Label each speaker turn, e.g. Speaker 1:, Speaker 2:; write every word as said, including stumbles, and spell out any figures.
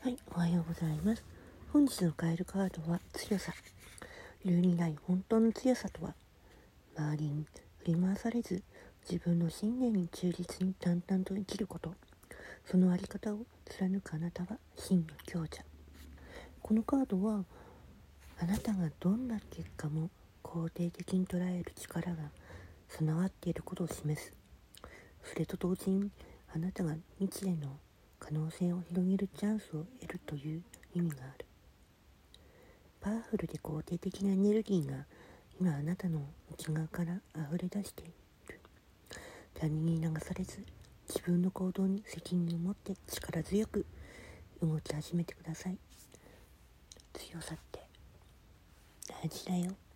Speaker 1: はい、おはようございます。本日のカエルカードは強さ。理由にない本当の強さとは、周りに振り回されず、自分の信念に忠実に淡々と生きること。そのあり方を貫くあなたは真の強者。このカードは、あなたがどんな結果も肯定的に捉える力が備わっていることを示す。それと同時に、あなたが未知への可能性を広げるチャンスを得るという意味がある。パワフルで肯定的なエネルギーが今あなたの内側から溢れ出している。他人に流されず、自分の行動に責任を持って力強く動き始めてください。強さって大事だよ。